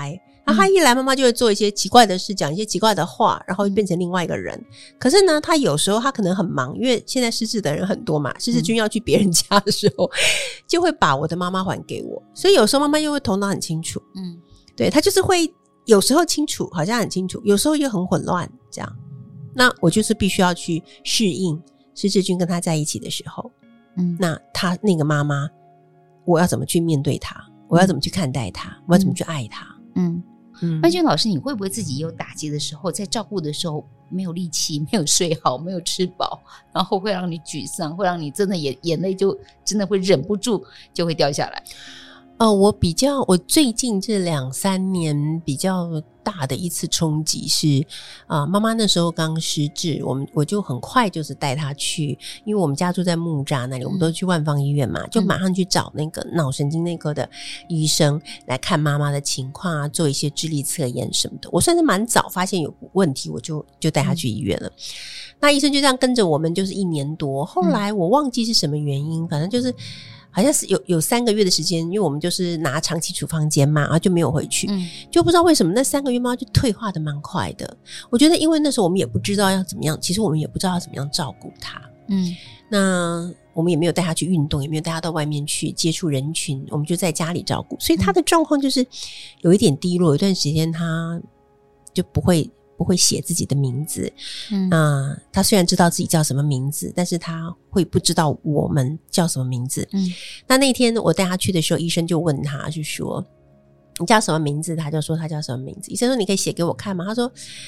然后他一来，妈妈就会做一些奇怪的事，讲一些奇怪的话，然后就变成另外一个人。可是呢，他有时候他可能很忙，因为现在失智的人很多嘛，失智君要去别人家的时候，就会把我的妈妈还给我。所以有时候妈妈又会头脑很清楚，对，他就是会有时候清楚，好像很清楚，有时候又很混乱，这样。那我就是必须要去适应失智君跟他在一起的时候，那他那个妈妈，我要怎么去面对他？我要怎么去看待他？我要怎么去爱他？ 曼娟老师，你会不会自己有打击的时候，在照顾的时候没有力气，没有睡好，没有吃饱，然后会让你沮丧，会让你真的眼泪就真的会忍不住就会掉下来？ 我最近这2-3年比较大的一次冲击是妈妈那时候刚失智，我就很快就是带她去，因为我们家住在木栅那里，我们都去万芳医院嘛，就马上去找那个脑神经内科的医生来看妈妈的情况啊，做一些智力测验什么的。我算是蛮早发现有问题，我就带她去医院了。那医生就这样跟着我们就是1年多，后来我忘记是什么原因，反正就是好像是有3个月的时间，因为我们就是拿长期处方间嘛，然后就没有回去，就不知道为什么那3个月妈妈就退化的蛮快的。我觉得因为那时候我们也不知道要怎么样，其实我们也不知道要怎么样照顾她，那我们也没有带她去运动，也没有带她到外面去接触人群，我们就在家里照顾，所以她的状况就是有一点低落，有一段时间她就不会写自己的名字，他虽然知道自己叫什么名字，但是他会不知道我们叫什么名字。那天我带他去的时候，医生就问他，就说你叫什么名字？他就说他叫什么名字。医生说你可以写给我看吗？他说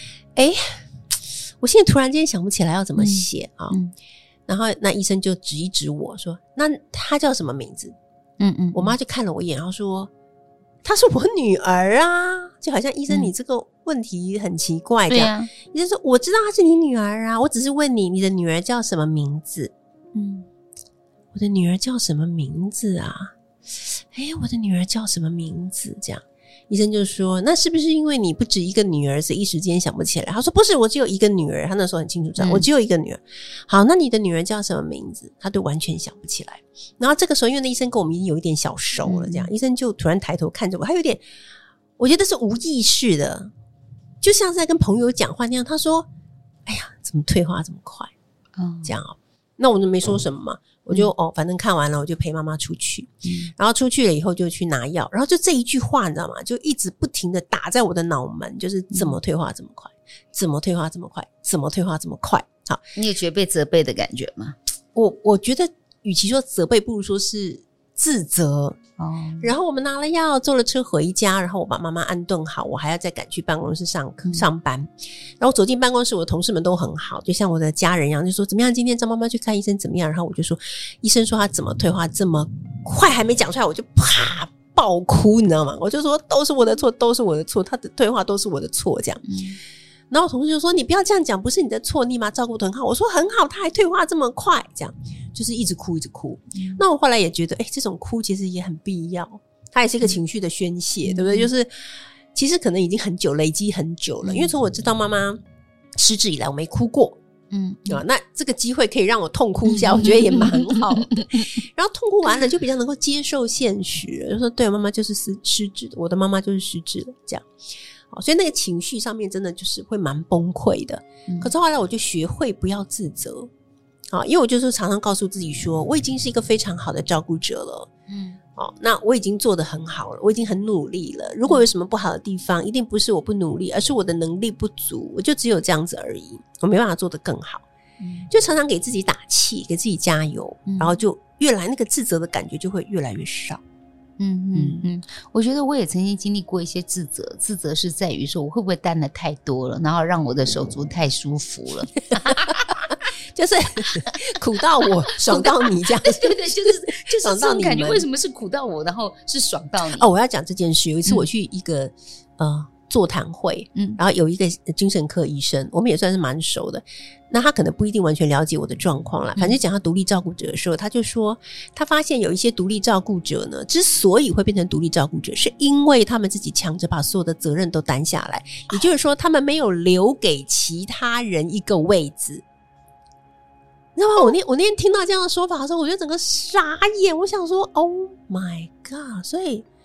我现在突然间想不起来要怎么写啊。然后那医生就指一指我说，那他叫什么名字？我妈就看了我一眼，然后说她是我女儿啊，就好像医生你这个问题很奇怪这样。医生说我知道她是你女儿啊，我只是问你的女儿叫什么名字。我的女儿叫什么名字啊？我的女儿叫什么名字？这样医生就说那是不是因为你不止一个女儿，所以一时间想不起来？他说不是，我只有一个女儿。他那时候很清楚知道我只有一个女儿。好，那你的女儿叫什么名字？他都完全想不起来。然后这个时候因为那医生跟我们已经有一点小熟了，这样医生就突然抬头看着我，他有点我觉得是无意识的，就像是在跟朋友讲话那样。他说哎呀怎么退化这么快，这样那我就没说什么嘛，我就反正看完了我就陪妈妈出去，然后出去了以后就去拿药，然后就这一句话你知道吗，就一直不停的打在我的脑门，就是怎么退化这么快，怎么退化这么快，怎么退化这么快。好， 你有觉得被责备的感觉吗？ 我觉得与其说责备不如说是自责。然后我们拿了药坐了车回家，然后我把妈妈安顿好，我还要再赶去办公室上班。然后走进办公室，我的同事们都很好，就像我的家人一样，就说怎么样，今天张妈妈去看医生怎么样？然后我就说医生说她怎么退化这么快，还没讲出来我就啪爆哭，你知道吗？我就说都是我的错，都是我的错，她的退化都是我的错这样。然后我同事就说你不要这样讲，不是你的错，你妈照顾得很好。我说很好，她还退化这么快，这样就是一直哭一直哭。那我后来也觉得这种哭其实也很必要，它也是一个情绪的宣泄，对不对？就是其实可能已经很久累积很久了，因为从我知道妈妈失智以来我没哭过，那这个机会可以让我痛哭一下，我觉得也蛮好的。然后痛哭完了就比较能够接受现实，就说对，妈妈就是失智的，我的妈妈就是失智了这样。所以那个情绪上面真的就是会蛮崩溃的。可是后来我就学会不要自责，因为我就是常常告诉自己说我已经是一个非常好的照顾者了，那我已经做得很好了，我已经很努力了，如果有什么不好的地方一定不是我不努力，而是我的能力不足，我就只有这样子而已，我没办法做得更好。就常常给自己打气，给自己加油，然后就越来那个自责的感觉就会越来越少。 我觉得我也曾经经历过一些自责是在于说我会不会担得太多了，然后让我的手足太舒服了。 就是苦到我爽到你这样。 对，就是这种感觉。为什么是苦到我然后是爽到你？ 我要讲这件事。有一次我去一个座谈会，然后有一个精神科医生，我们也算是蛮熟的，那他可能不一定完全了解我的状况啦，反正讲他独立照顾者的时候，他就说他发现有一些独立照顾者呢，之所以会变成独立照顾者，是因为他们自己抢着把所有的责任都担下来，也就是说他们没有留给其他人一个位置。你知道吗？我那天听到这样的说法的时候，我就整个傻眼，我想说 Oh my God， 所以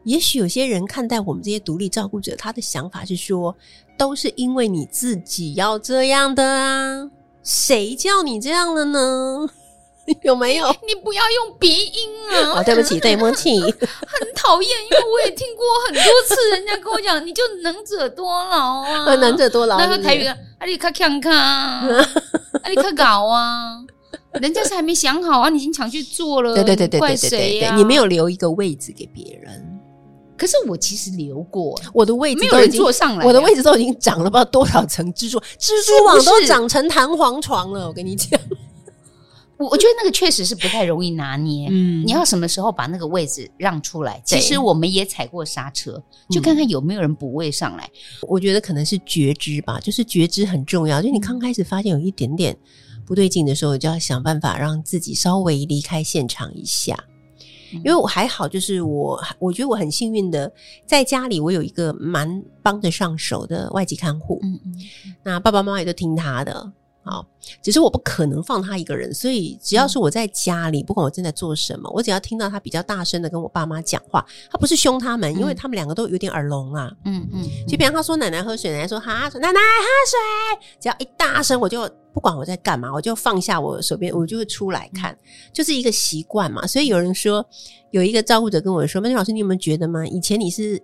也许有些人看待我们这些独立照顾者，他的想法是说，都是因为你自己要这样的啊，谁叫你这样了呢？有没有？ 你不要用鼻音啊！ 对不起，对不起， 很讨厌，因为我也听过很多次，人家跟我讲，你就能者多劳啊， 能者多劳。 那个台语啊，你看看看啊，你看搞啊，人家是还没想好啊，你已经抢去做了， 对， 怪谁呀？ 你没有留一个位置给别人。 可是我其实留过， 我的位置没有人坐上来， 我的位置都已经长了不知道多少层蜘蛛网都长成弹簧床了，我跟你讲。 我觉得那个确实是不太容易拿捏，你要什么时候把那个位置让出来？其实我们也踩过刹车，就看看有没有人补位上来。 我觉得可能是觉知吧，就是觉知很重要。就你刚开始发现有一点点不对劲的时候，就要想办法让自己稍微离开现场一下。因为我还好，就是我觉得我很幸运的，在家里我有一个蛮帮得上手的外籍看护，那爸爸妈妈也都听他的。好，只是我不可能放他一个人，所以只要是我在家里，不管我正在做什么，我只要听到他比较大声的跟我爸妈讲话，他不是凶他们，因为他们两个都有点耳聋啊。就比方他说奶奶喝水，奶奶说哈奶奶喝水，只要一大声，我就不管我在干嘛，我就放下我手边，我就会出来看，就是一个习惯嘛。所以有人说，有一个照顾者跟我说，曼娟老师，你有没有觉得吗？以前你是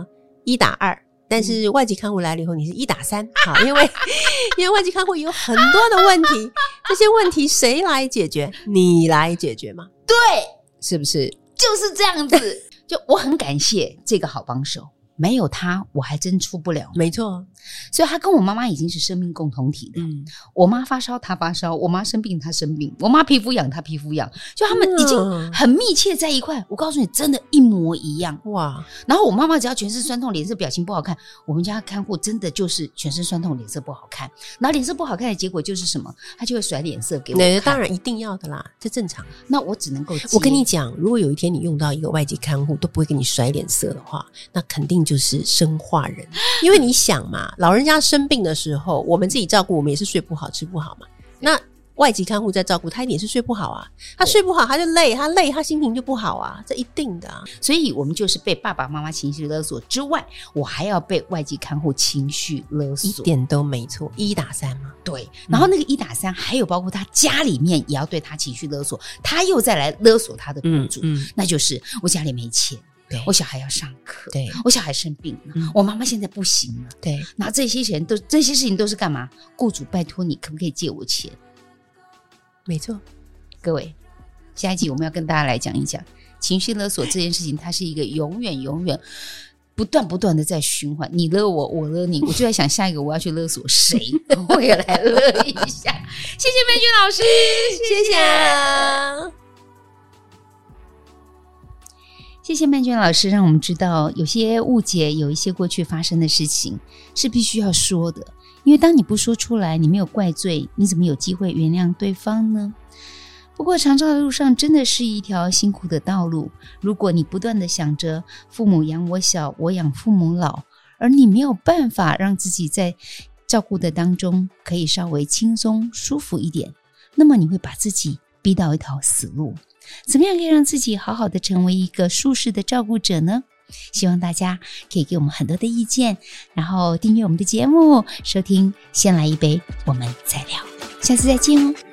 1打2。但是外籍看护来了以后，你是1打3，好，因为外籍看护有很多的问题，这些问题谁来解决？你来解决嘛？ 对， 是不是？ 就是这样子。就我很感谢这个好帮手，没有他我还真出不了。 没错， 所以他跟我妈妈已经是生命共同体的。我妈发烧他发烧，我妈生病他生病，我妈皮肤痒他皮肤痒，就他们已经很密切在一块。我告诉你，真的一模一样哇！然后我妈妈只要全身酸痛，脸色表情不好看，我们家看护真的就是全身酸痛，脸色不好看。然后脸色不好看的结果就是什么？他就会甩脸色给我看。 当然一定要的啦，这正常。 那我只能够接。 我跟你讲，如果有一天你用到一个外籍看护都不会给你甩脸色的话，那肯定就是生化人。因为你想嘛，老人家生病的时候，我们自己照顾，我们也是睡不好吃不好嘛。那外籍看护在照顾他，一定也是睡不好啊。他睡不好他就累，他心情就不好啊，这一定的啊。 所以我们就是被爸爸妈妈情绪勒索之外，我还要被外籍看护情绪勒索， 一点都没错。1打3嘛， 对。然后那个1打3还有包括他家里面也要对他情绪勒索，他又再来勒索他的雇主，那就是我家里没钱。我小孩要上课，对，我小孩生病了，我妈妈现在不行了，对，然后这些事情都是干嘛？雇主拜托你，可不可以借我钱？ 没错， 各位，下一集我们要跟大家来讲一讲情绪勒索这件事情，它是一个永远不断的在循环，你勒我，我勒你，我就在想下一个我要去勒索谁，我也来勒一下。谢谢曼娟老师， 谢谢。 谢谢曼娟老师，让我们知道有些误解，有一些过去发生的事情是必须要说的，因为当你不说出来，你没有怪罪，你怎么有机会原谅对方呢？不过长照的路上真的是一条辛苦的道路，如果你不断的想着父母养我小，我养父母老，而你没有办法让自己在照顾的当中可以稍微轻松舒服一点，那么你会把自己逼到一条死路。怎么样可以让自己好好的成为一个舒适的照顾者呢？希望大家可以给我们很多的意见，然后订阅我们的节目，收听先来一杯我们再聊，下次再见哦。